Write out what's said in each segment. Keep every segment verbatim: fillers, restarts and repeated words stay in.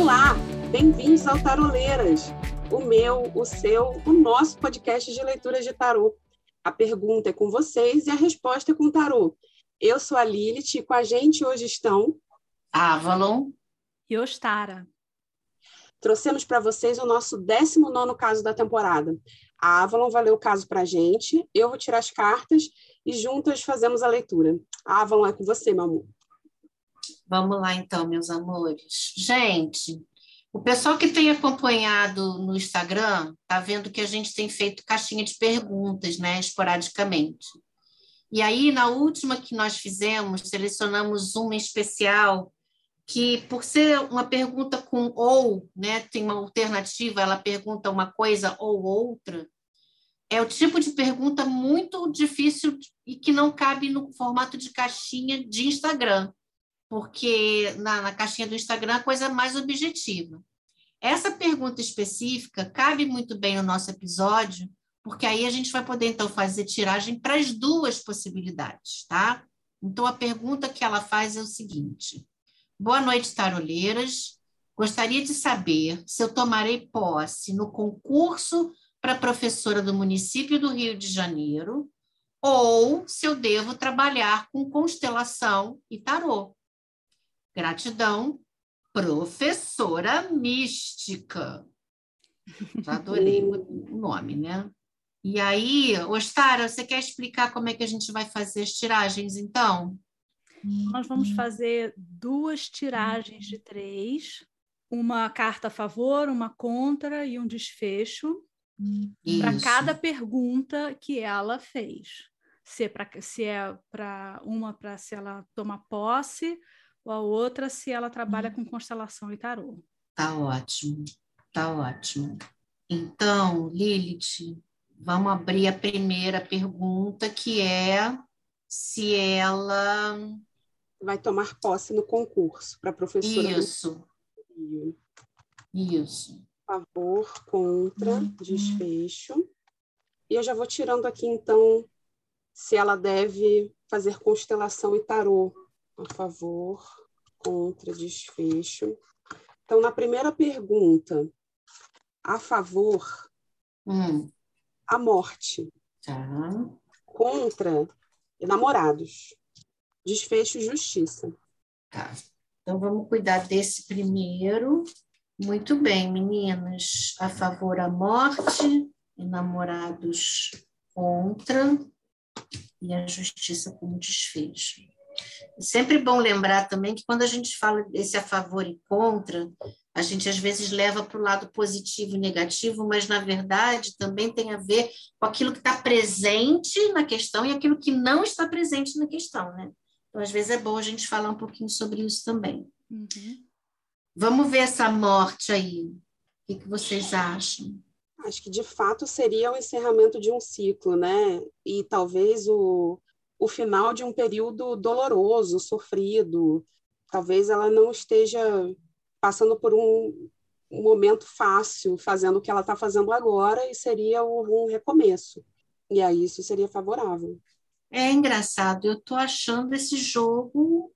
Olá, bem-vindos ao Taroleiras, o meu, o seu, o nosso podcast de leituras de tarô. A pergunta é com vocês e a resposta é com o tarô. Eu sou a Lilith e com a gente hoje estão... Avalon e Ostara. Trouxemos para vocês o nosso décimo nono caso da temporada. A Avalon vai ler o caso para a gente, eu vou tirar as cartas e juntas fazemos a leitura. A Avalon é com você, meu amor. Vamos lá então, meus amores. Gente, o pessoal que tem acompanhado no Instagram está vendo que a gente tem feito caixinha de perguntas, né, esporadicamente. E aí, na última que nós fizemos, selecionamos uma especial que, por ser uma pergunta com ou, né, tem uma alternativa, ela pergunta uma coisa ou outra, é o tipo de pergunta muito difícil e que não cabe no formato de caixinha de Instagram, porque na, na caixinha do Instagram a coisa é mais objetiva. Essa pergunta específica cabe muito bem no nosso episódio, porque aí a gente vai poder, então, fazer tiragem para as duas possibilidades, tá? Então, a pergunta que ela faz é o seguinte: boa noite, taroleiras. Gostaria de saber se eu tomarei posse no concurso para professora do município do Rio de Janeiro ou se eu devo trabalhar com constelação e tarô. Gratidão, professora mística. Já adorei o nome, né? E aí, Ostara, você quer explicar como é que a gente vai fazer as tiragens, então? Nós vamos fazer duas tiragens de três, uma carta a favor, uma contra e um desfecho para cada pergunta que ela fez. Se é para se é para uma para se ela toma posse, ou a outra se ela trabalha com constelação e tarô. Tá ótimo, tá ótimo. Então, Lilith, vamos abrir a primeira pergunta, que é se ela... vai tomar posse no concurso para professora. Isso, do... isso. Favor, contra, desfecho. E eu já vou tirando aqui, então, se ela deve fazer constelação e tarô. A favor, contra, desfecho. Então, na primeira pergunta, a favor, Hum. a morte. Tá. Contra, namorados. Desfecho, justiça. Tá. Então, vamos cuidar desse primeiro. Muito bem, meninas. A favor, a morte. E namorados, contra. E a justiça como desfecho. É sempre bom lembrar também que quando a gente fala desse a favor e contra, a gente às vezes leva para o lado positivo e negativo, mas na verdade também tem a ver com aquilo que está presente na questão e aquilo que não está presente na questão, né? Então, às vezes é bom a gente falar um pouquinho sobre isso também. Uhum. Vamos ver essa morte aí. O que, que vocês acham? Acho que, de fato, seria o encerramento de um ciclo, né? E talvez o, o final de um período doloroso, sofrido. Talvez ela não esteja passando por um, um momento fácil, fazendo o que ela está fazendo agora, e seria um recomeço. E aí isso seria favorável. É engraçado, eu estou achando esse jogo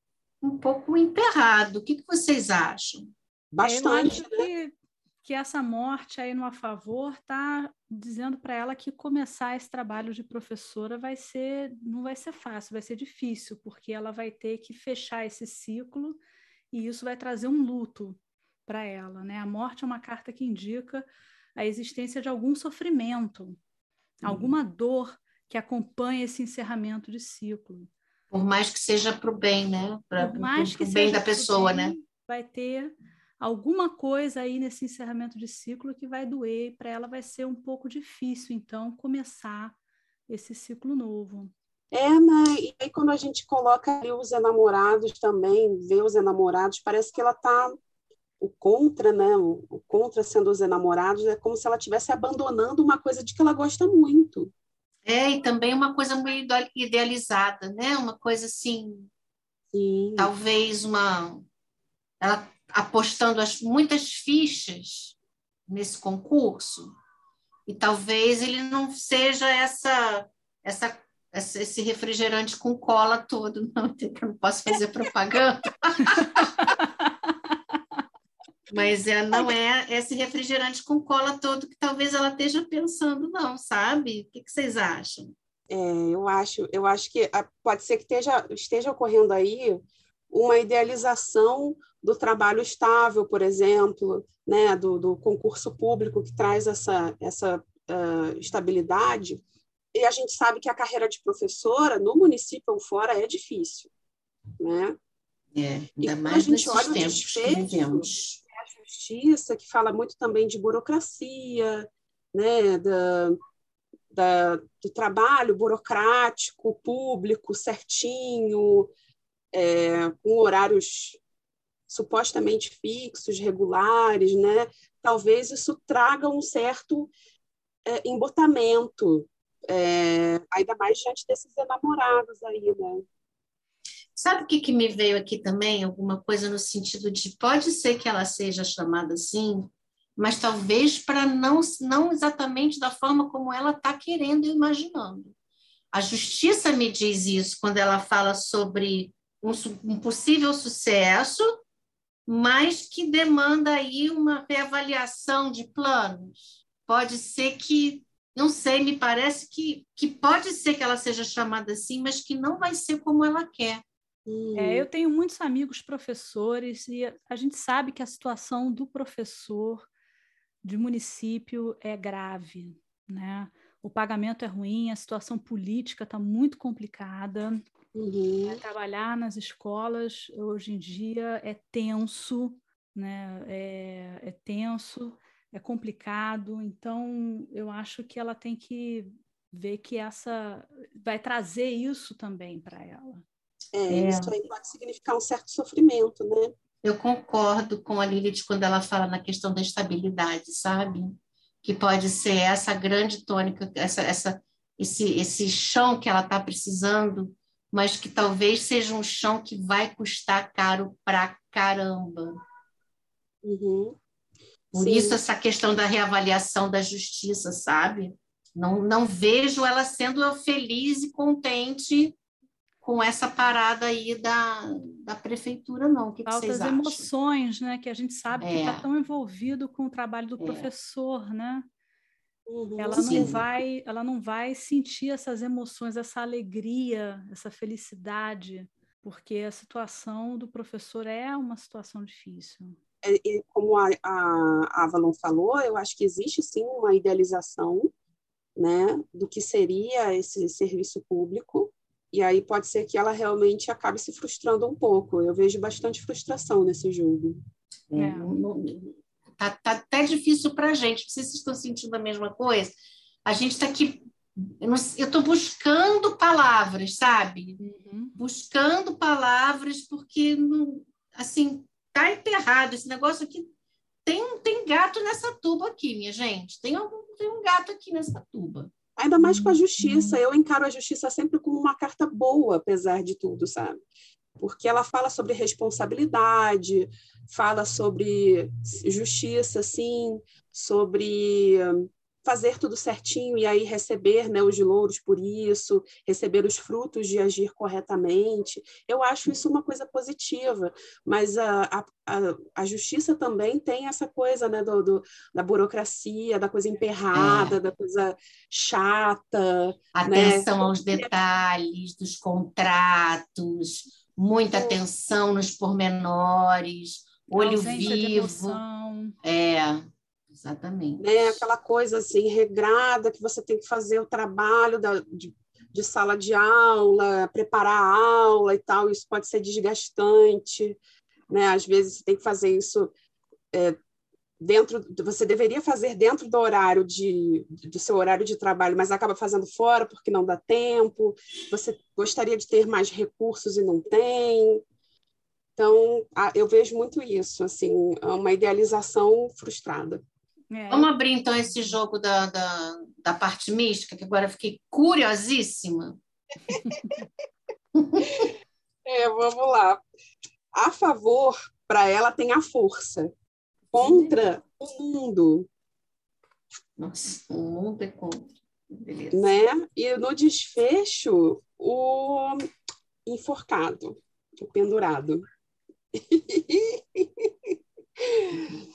um pouco emperrado. O que, que vocês acham? Bastante, eu acho né? que, que essa morte aí no a favor está dizendo para ela que começar esse trabalho de professora vai ser, não vai ser fácil, vai ser difícil, porque ela vai ter que fechar esse ciclo e isso vai trazer um luto para ela, né? A morte é uma carta que indica a existência de algum sofrimento, uhum. alguma dor que acompanha esse encerramento de ciclo. Por mais que seja para o bem, né? Pra, Por mais que pro bem seja da pessoa, bem, né? Vai ter alguma coisa aí nesse encerramento de ciclo que vai doer, e para ela vai ser um pouco difícil, então, começar esse ciclo novo. É, né? E aí quando a gente coloca ali os enamorados também, vê os enamorados, parece que ela está... O contra, né? O, o contra sendo os enamorados, é como se ela estivesse abandonando uma coisa de que ela gosta muito. É, e também uma coisa meio idealizada, né? Uma coisa assim... Sim. Talvez uma... Ela apostando as, muitas fichas nesse concurso, e talvez ele não seja essa, essa, esse refrigerante com cola todo, não, eu não posso fazer propaganda. Mas é, não é esse refrigerante com cola todo que talvez ela esteja pensando, não, sabe? O que, que vocês acham? É, eu acho, eu acho que ah, pode ser que esteja, esteja ocorrendo aí uma idealização do trabalho estável, por exemplo, né, do, do concurso público que traz essa, essa uh, estabilidade. E a gente sabe que a carreira de professora no município ou fora é difícil, né? É, E ainda quando a mais gente nesses olha o tempos que desfecho, vivemos. a justiça, que fala muito também de burocracia, né, da, da, do trabalho burocrático, público, certinho, é, com horários supostamente fixos, regulares, né? Talvez isso traga um certo é, embotamento, é, ainda mais diante desses enamorados aí, né? Sabe o que, que me veio aqui também? Alguma coisa no sentido de pode ser que ela seja chamada assim, mas talvez para não, não exatamente da forma como ela está querendo e imaginando. A justiça me diz isso quando ela fala sobre um, um possível sucesso, mas que demanda aí uma reavaliação de planos. Pode ser que, não sei, me parece que, que pode ser que ela seja chamada assim, mas que não vai ser como ela quer. É, eu tenho muitos amigos professores e a gente sabe que a situação do professor de município é grave, né? O pagamento é ruim, a situação política está muito complicada. Uhum. É, trabalhar nas escolas hoje em dia é tenso, né? É, é tenso, é complicado. Então, eu acho que ela tem que ver que essa vai trazer isso também para ela. É, É. isso aí pode significar um certo sofrimento, né? Eu concordo com a Lilith quando ela fala na questão da estabilidade, sabe? Que pode ser essa grande tônica, essa, essa, esse, esse chão que ela está precisando, mas que talvez seja um chão que vai custar caro pra caramba. Uhum. Por Sim. isso essa questão da reavaliação da justiça, sabe? Não, não vejo ela sendo feliz e contente com essa parada aí da, da prefeitura, não. O que, que vocês Altas acham? emoções, né? Que a gente sabe que está É. tão envolvido com o trabalho do É. professor, né? Uhum. Ela Sim. não vai, ela não vai sentir essas emoções, essa alegria, essa felicidade, porque a situação do professor é uma situação difícil. É, e como a, a Avalon falou, eu acho que existe sim uma idealização, né, do que seria esse serviço público, e aí pode ser que ela realmente acabe se frustrando um pouco. Eu vejo bastante frustração nesse jogo. É, É. não- não- tá, tá até difícil para a gente. Não sei se vocês estão sentindo a mesma coisa. A gente está aqui. Eu não sei- eu estou buscando palavras, sabe? Uhum. Buscando palavras, porque não, assim, tá enterrado. Esse negócio aqui tem, tem gato nessa tuba aqui, minha gente. Tem, algum, tem um gato aqui nessa tuba. Ainda mais com a justiça. Eu encaro a justiça sempre como uma carta boa, apesar de tudo, sabe? Porque ela fala sobre responsabilidade, fala sobre justiça, sim, sobre fazer tudo certinho e aí receber, né, os louros por isso, receber os frutos de agir corretamente. Eu acho isso uma coisa positiva, mas a, a, a, a justiça também tem essa coisa, né, do, do, da burocracia, da coisa emperrada, É. da coisa chata. Atenção né? aos detalhes dos contratos, muita atenção nos pormenores, olho Ausência de vivo. emoção. É, exatamente. Né? Aquela coisa assim, regrada, que você tem que fazer o trabalho da, de, de sala de aula, preparar a aula e tal, isso pode ser desgastante, né? Às vezes você tem que fazer isso é, dentro, você deveria fazer dentro do horário de, do seu horário de trabalho, mas acaba fazendo fora porque não dá tempo, você gostaria de ter mais recursos e não tem. Então, eu vejo muito isso, assim, uma idealização frustrada. É, Vamos eu... abrir, então, esse jogo da, da, da parte mística, que agora eu fiquei curiosíssima. É, vamos lá. A favor, para ela, tem a força. Contra o mundo. Nossa, o mundo é contra. Beleza. Né? E no desfecho, o enforcado, o pendurado.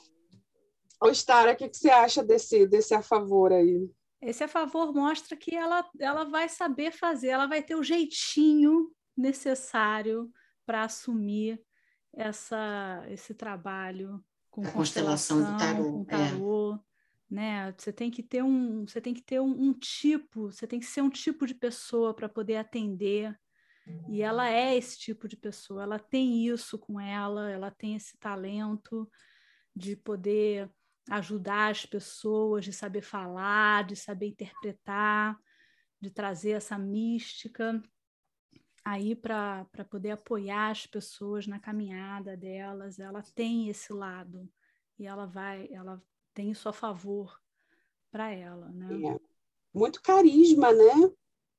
Ô, Stara, o que, que você acha desse, desse a favor aí? Esse a favor mostra que ela, ela vai saber fazer, ela vai ter o jeitinho necessário para assumir essa, esse trabalho com A constelação, constelação do tarô, com é. tarô, né? Você tem que ter um, você tem que ter um, um tipo, você tem que ser um tipo de pessoa para poder atender. E ela é esse tipo de pessoa, ela tem isso com ela, ela tem esse talento de poder ajudar as pessoas, de saber falar, de saber interpretar, de trazer essa mística aí para poder apoiar as pessoas na caminhada delas. Ela tem esse lado e ela vai, ela tem isso a favor para ela, né? É. Muito carisma, né?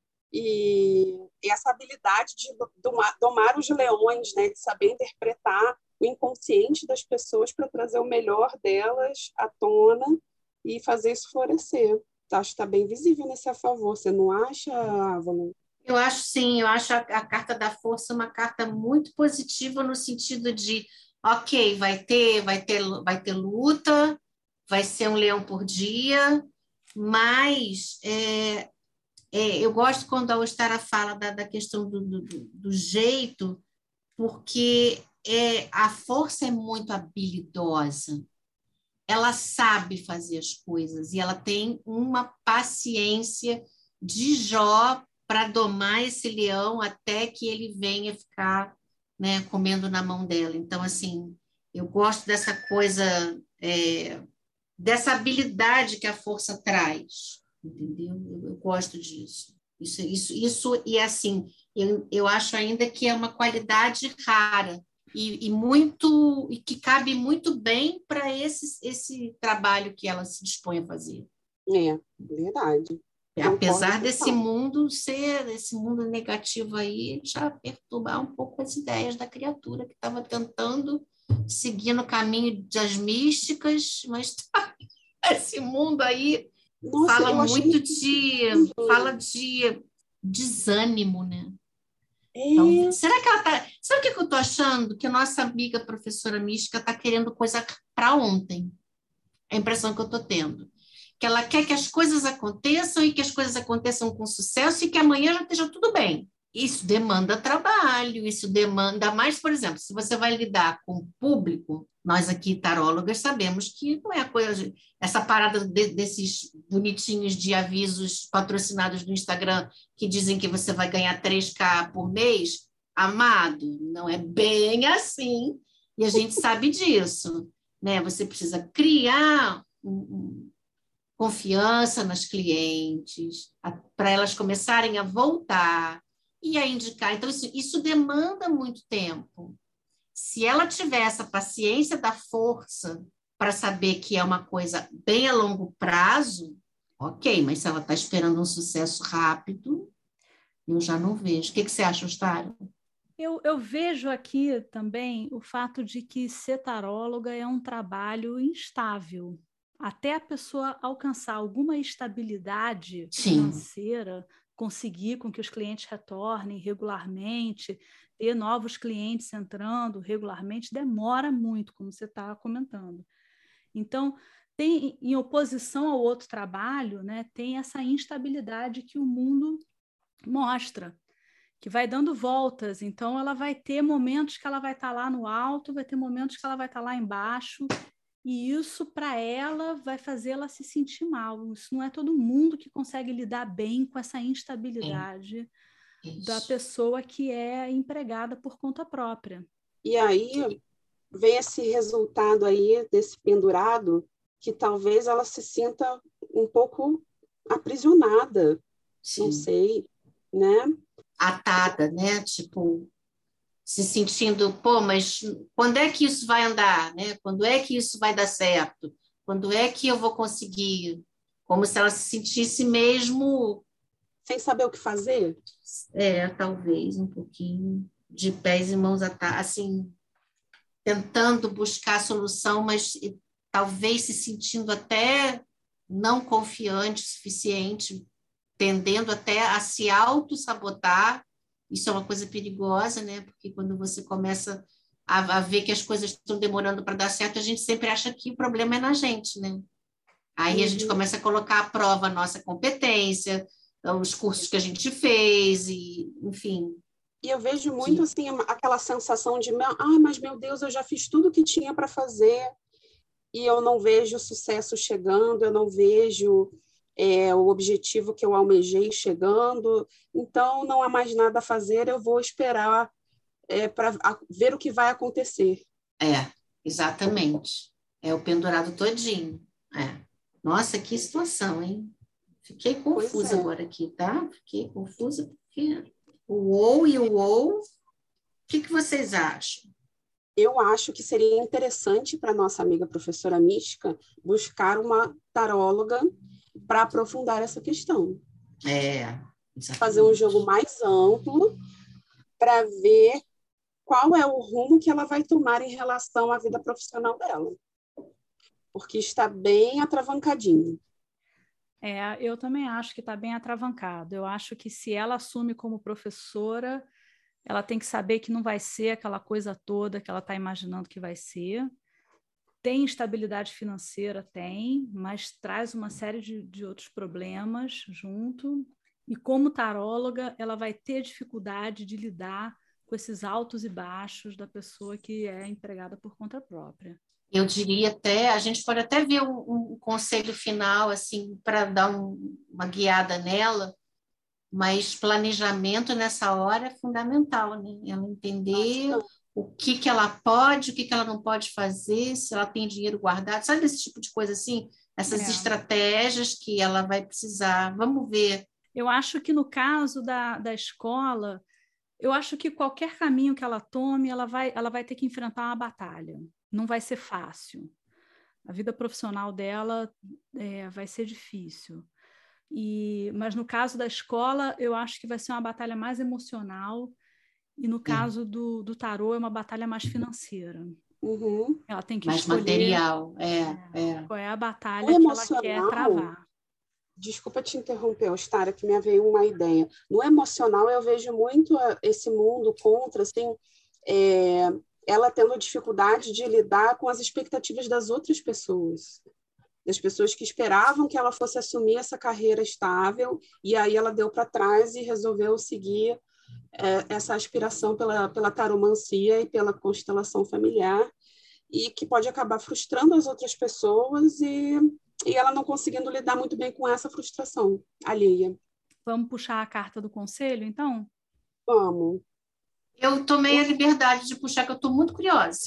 E, e essa habilidade de domar, domar os leões, né? De saber interpretar o inconsciente das pessoas para trazer o melhor delas à tona e fazer isso florescer. Acho que está bem visível nesse a favor. Você não acha, Ávalo? Eu acho sim, eu acho a, a carta da força uma carta muito positiva no sentido de, ok, vai ter, vai ter, vai ter luta, vai ser um leão por dia, mas é, é, eu gosto quando a Ostara fala da, da questão do, do, do jeito, porque é, a força é muito habilidosa. Ela sabe fazer as coisas e ela tem uma paciência de Jó para domar esse leão até que ele venha ficar, né, comendo na mão dela. Então, assim, eu gosto dessa coisa, é, dessa habilidade que a força traz, entendeu? Eu, eu gosto disso. Isso, isso, isso e assim, eu, eu acho ainda que é uma qualidade rara. E, e muito e que cabe muito bem para esse, esse trabalho que ela se dispõe a fazer. É, verdade. Apesar Concordo desse total. mundo ser, esse mundo negativo aí, já perturbar um pouco as ideias da criatura que estava tentando seguir no caminho das místicas, mas tá, esse mundo aí Nossa, fala eu achei muito de, fala lindo. de desânimo, né? Então, É, será que ela tá. Sabe o que que eu estou achando? Que a nossa amiga professora mística está querendo coisa para ontem. É a impressão que eu estou tendo. Que ela quer que as coisas aconteçam e que as coisas aconteçam com sucesso e que amanhã já esteja tudo bem. Isso demanda trabalho, isso demanda mais, por exemplo, se você vai lidar com o público, nós aqui tarólogas sabemos que não é a coisa, essa parada de, desses bonitinhos de avisos patrocinados no Instagram que dizem que você vai ganhar três K por mês, amado, não é bem assim, e a gente sabe disso, né? Você precisa criar um, um, confiança nas clientes, para elas começarem a voltar e a indicar. Então, isso, isso demanda muito tempo. Se ela tiver essa paciência da força para saber que é uma coisa bem a longo prazo, ok, mas se ela está esperando um sucesso rápido, eu já não vejo. O que, que você acha, Ostara? Eu, eu vejo aqui também o fato de que ser taróloga é um trabalho instável. Até a pessoa alcançar alguma estabilidade Sim. financeira, conseguir com que os clientes retornem regularmente, ter novos clientes entrando regularmente, demora muito, como você estava comentando. Então, tem, em oposição ao outro trabalho, né, tem essa instabilidade que o mundo mostra, que vai dando voltas. Então, ela vai ter momentos que ela vai estar lá no alto, vai ter momentos que ela vai estar lá embaixo, e isso, para ela, vai fazer ela se sentir mal. Isso não é todo mundo que consegue lidar bem com essa instabilidade é. da pessoa que é empregada por conta própria. E aí vem esse resultado aí desse pendurado, que talvez ela se sinta um pouco aprisionada, Sim. não sei, né? Atada, né? Tipo, se sentindo, pô, mas quando é que isso vai andar, né? Quando é que isso vai dar certo? Quando é que eu vou conseguir? Como se ela se sentisse mesmo, Sem saber o que fazer? é, talvez um pouquinho de pés e mãos atadas, assim, tentando buscar a solução, mas talvez se sentindo até não confiante o suficiente, tendendo até a se auto-sabotar. Isso é uma coisa perigosa, né? Porque quando você começa a, a ver que as coisas estão demorando para dar certo, a gente sempre acha que o problema é na gente, né? Aí a gente Uhum. começa a colocar à prova a nossa competência, os cursos que a gente fez, e, enfim. E eu vejo muito Que, assim aquela sensação de, ah, mas meu Deus, eu já fiz tudo o que tinha para fazer e eu não vejo o sucesso chegando, eu não vejo é, o objetivo que eu almejei chegando, então não há mais nada a fazer, eu vou esperar é, para ver o que vai acontecer. é, exatamente. É o pendurado todinho. É. Nossa, que situação, hein? Fiquei Pois confusa é. agora aqui, tá? Fiquei confusa porque o ou e o ou, o que, que vocês acham? Eu acho que seria interessante para nossa amiga professora mística buscar uma taróloga para aprofundar essa questão. É, Fazer um jogo exatamente. mais amplo para ver qual é o rumo que ela vai tomar em relação à vida profissional dela. Porque está bem atravancadinho. É, eu também acho que está bem atravancado. Eu acho que se ela assume como professora, ela tem que saber que não vai ser aquela coisa toda que ela está imaginando que vai ser. Tem estabilidade financeira? Tem, mas traz uma série de, de outros problemas junto. E como taróloga, ela vai ter dificuldade de lidar com esses altos e baixos da pessoa que é empregada por conta própria. Eu diria até, a gente pode até ver um, um conselho final, assim, para dar um, uma guiada nela, mas planejamento nessa hora é fundamental, né? Ela entender Bastante. o que, que ela pode, o que, que ela não pode fazer, se ela tem dinheiro guardado, sabe esse tipo de coisa assim? Essas É. estratégias que ela vai precisar. Vamos ver. Eu acho que no caso da, da escola, eu acho que qualquer caminho que ela tome, ela vai, ela vai ter que enfrentar uma batalha. Não vai ser fácil. A vida profissional dela é, vai ser difícil. E, mas no caso da escola, eu acho que vai ser uma batalha mais emocional. E no É, caso do, do tarô, é uma batalha mais financeira. Uhum. Ela tem que mais escolher material. É, é, é. qual é a O batalha que ela quer emocional, travar. desculpa te interromper, Ostara, que me veio uma ideia. No emocional, eu vejo muito esse mundo contra, assim, é, ela tendo dificuldade de lidar com as expectativas das outras pessoas. Das pessoas que esperavam que ela fosse assumir essa carreira estável, e aí ela deu para trás e resolveu seguir é, essa aspiração pela, pela taromancia e pela constelação familiar, e que pode acabar frustrando as outras pessoas e, e ela não conseguindo lidar muito bem com essa frustração alheia. Vamos puxar a carta do conselho, então? Vamos. Eu tomei a liberdade de puxar, que eu estou muito curiosa.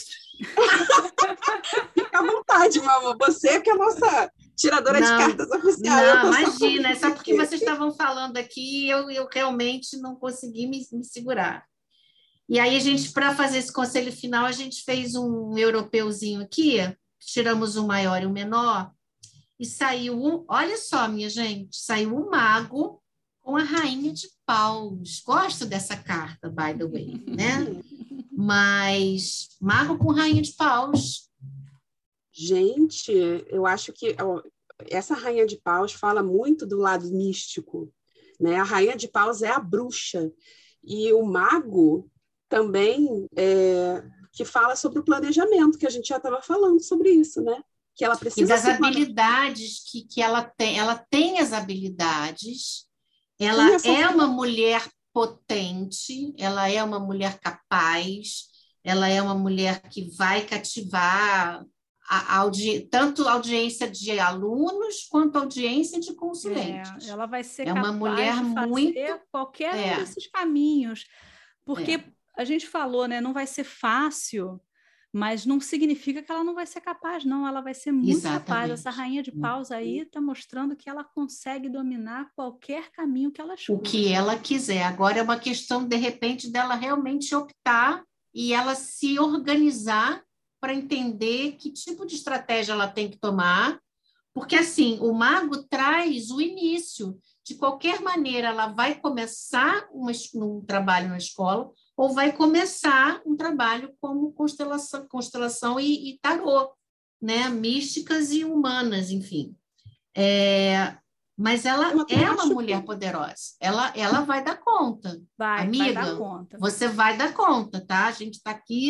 Fica à vontade, meu amor. Você que é a nossa tiradora de Não, cartas oficial. Eu não, tô só imagina, é só porque aqui. vocês estavam falando aqui e eu, eu realmente não consegui me, me segurar. E aí, a gente, para fazer esse conselho final, a gente fez um europeuzinho aqui, tiramos o maior e o menor, e saiu um, olha só, minha gente, saiu um mago com a rainha de paus. Gosto dessa carta, by the way, né? Mas mago com rainha de paus. Gente, eu acho que ó, essa rainha de paus fala muito do lado místico, né? A rainha de paus é a bruxa e o mago também é, que fala sobre o planejamento, que a gente já estava falando sobre isso, né? Que ela E precisa das se planejar. habilidades que, que ela tem. Ela tem as habilidades, Sim, ela essa é uma rainha... mulher potente, ela é uma mulher capaz, ela é uma mulher que vai cativar a audi tanto a audiência de alunos quanto a audiência de É, consulentes. ela vai ser É uma capaz mulher de muito. fazer qualquer um É, desses caminhos, é, porque a gente falou, né? Não vai ser fácil, mas não significa que ela não vai ser capaz, não. Ela vai ser muito capaz. Essa exatamente. rainha de paus aí está mostrando que ela consegue dominar qualquer caminho que ela O que escolha. ela quiser. Agora é uma questão, de repente, dela realmente optar e ela se organizar para entender que tipo de estratégia ela tem que tomar, porque assim, o mago traz o início. De qualquer maneira, ela vai começar uma, um trabalho na escola ou vai começar um trabalho como constelação, constelação e, e tarô, né? Místicas e humanas, enfim. É, mas ela Eu até é uma acho que mulher poderosa. Ela, ela vai dar conta. Vai, vai dar Amiga, conta. você vai dar conta, tá? A gente está aqui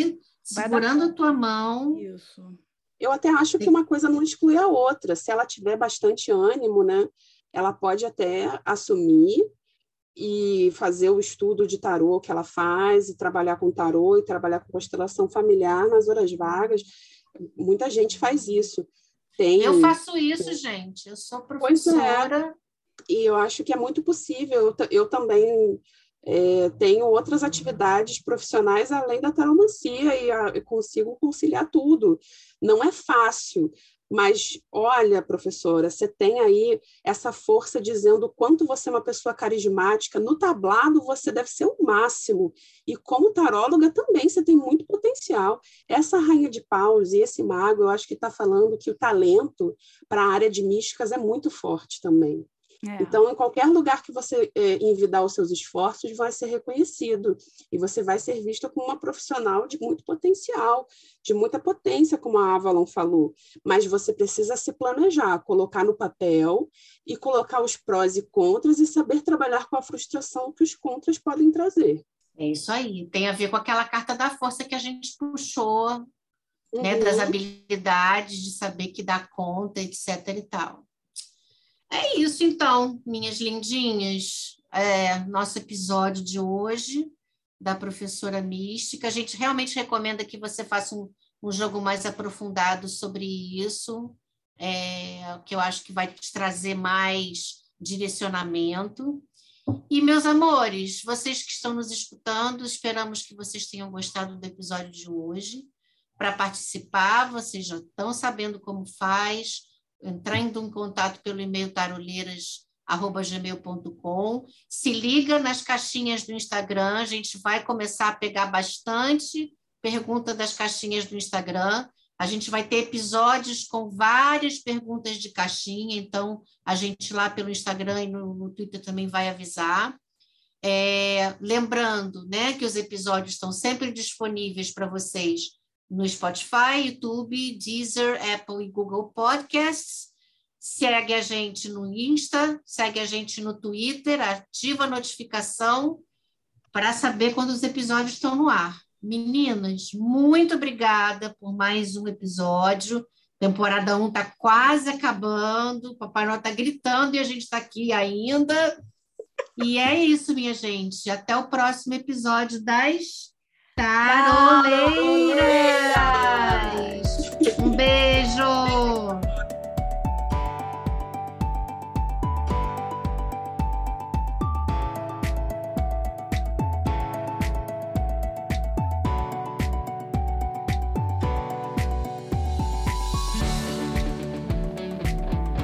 segurando a tua mão. Isso. Eu até acho que uma coisa não exclui a outra. Se ela tiver bastante ânimo, né, ela pode até assumir e fazer o estudo de tarô que ela faz, e trabalhar com tarô, e trabalhar com constelação familiar nas horas vagas. Muita gente faz isso. Tem... Eu faço isso, gente. Eu sou professora. Pois é. E eu acho que é muito possível. Eu, eu também é, tenho outras atividades profissionais além da taromancia e a, eu consigo conciliar tudo. Não é fácil, mas olha, professora, você tem aí essa força dizendo o quanto você é uma pessoa carismática. No tablado você deve ser o máximo. E como taróloga também você tem muito potencial. Essa rainha de paus e esse mago, eu acho que está falando que o talento para a área de místicas é muito forte também. É. Então, em qualquer lugar que você é, envidar os seus esforços, vai ser reconhecido e você vai ser vista como uma profissional de muito potencial, de muita potência, como a Avalon falou. Mas você precisa se planejar, colocar no papel e colocar os prós e contras e saber trabalhar com a frustração que os contras podem trazer. É isso aí. Tem a ver com aquela carta da força que a gente puxou, uhum. né, das habilidades, de saber que dá conta, etc e tal. É isso, então, minhas lindinhas. É, nosso episódio de hoje da professora mística. A gente realmente recomenda que você faça um, um jogo mais aprofundado sobre isso, é, que eu acho que vai te trazer mais direcionamento. E, meus amores, vocês que estão nos escutando, esperamos que vocês tenham gostado do episódio de hoje. Para participar, vocês já estão sabendo como faz. Entrando em contato pelo e-mail taroleiras arroba gmail ponto com. Se liga nas caixinhas do Instagram, a gente vai começar a pegar bastante pergunta das caixinhas do Instagram. A gente vai ter episódios com várias perguntas de caixinha, então a gente lá pelo Instagram e no, no Twitter também vai avisar. É, lembrando, né, que os episódios estão sempre disponíveis para vocês no Spotify, YouTube, Deezer, Apple e Google Podcasts. Segue a gente no Insta, segue a gente no Twitter, ativa a notificação para saber quando os episódios estão no ar. Meninas, muito obrigada por mais um episódio. Temporada um está quase acabando, o Papai Noel está gritando e a gente está aqui ainda. E é isso, minha gente. Até o próximo episódio das Taroleiras!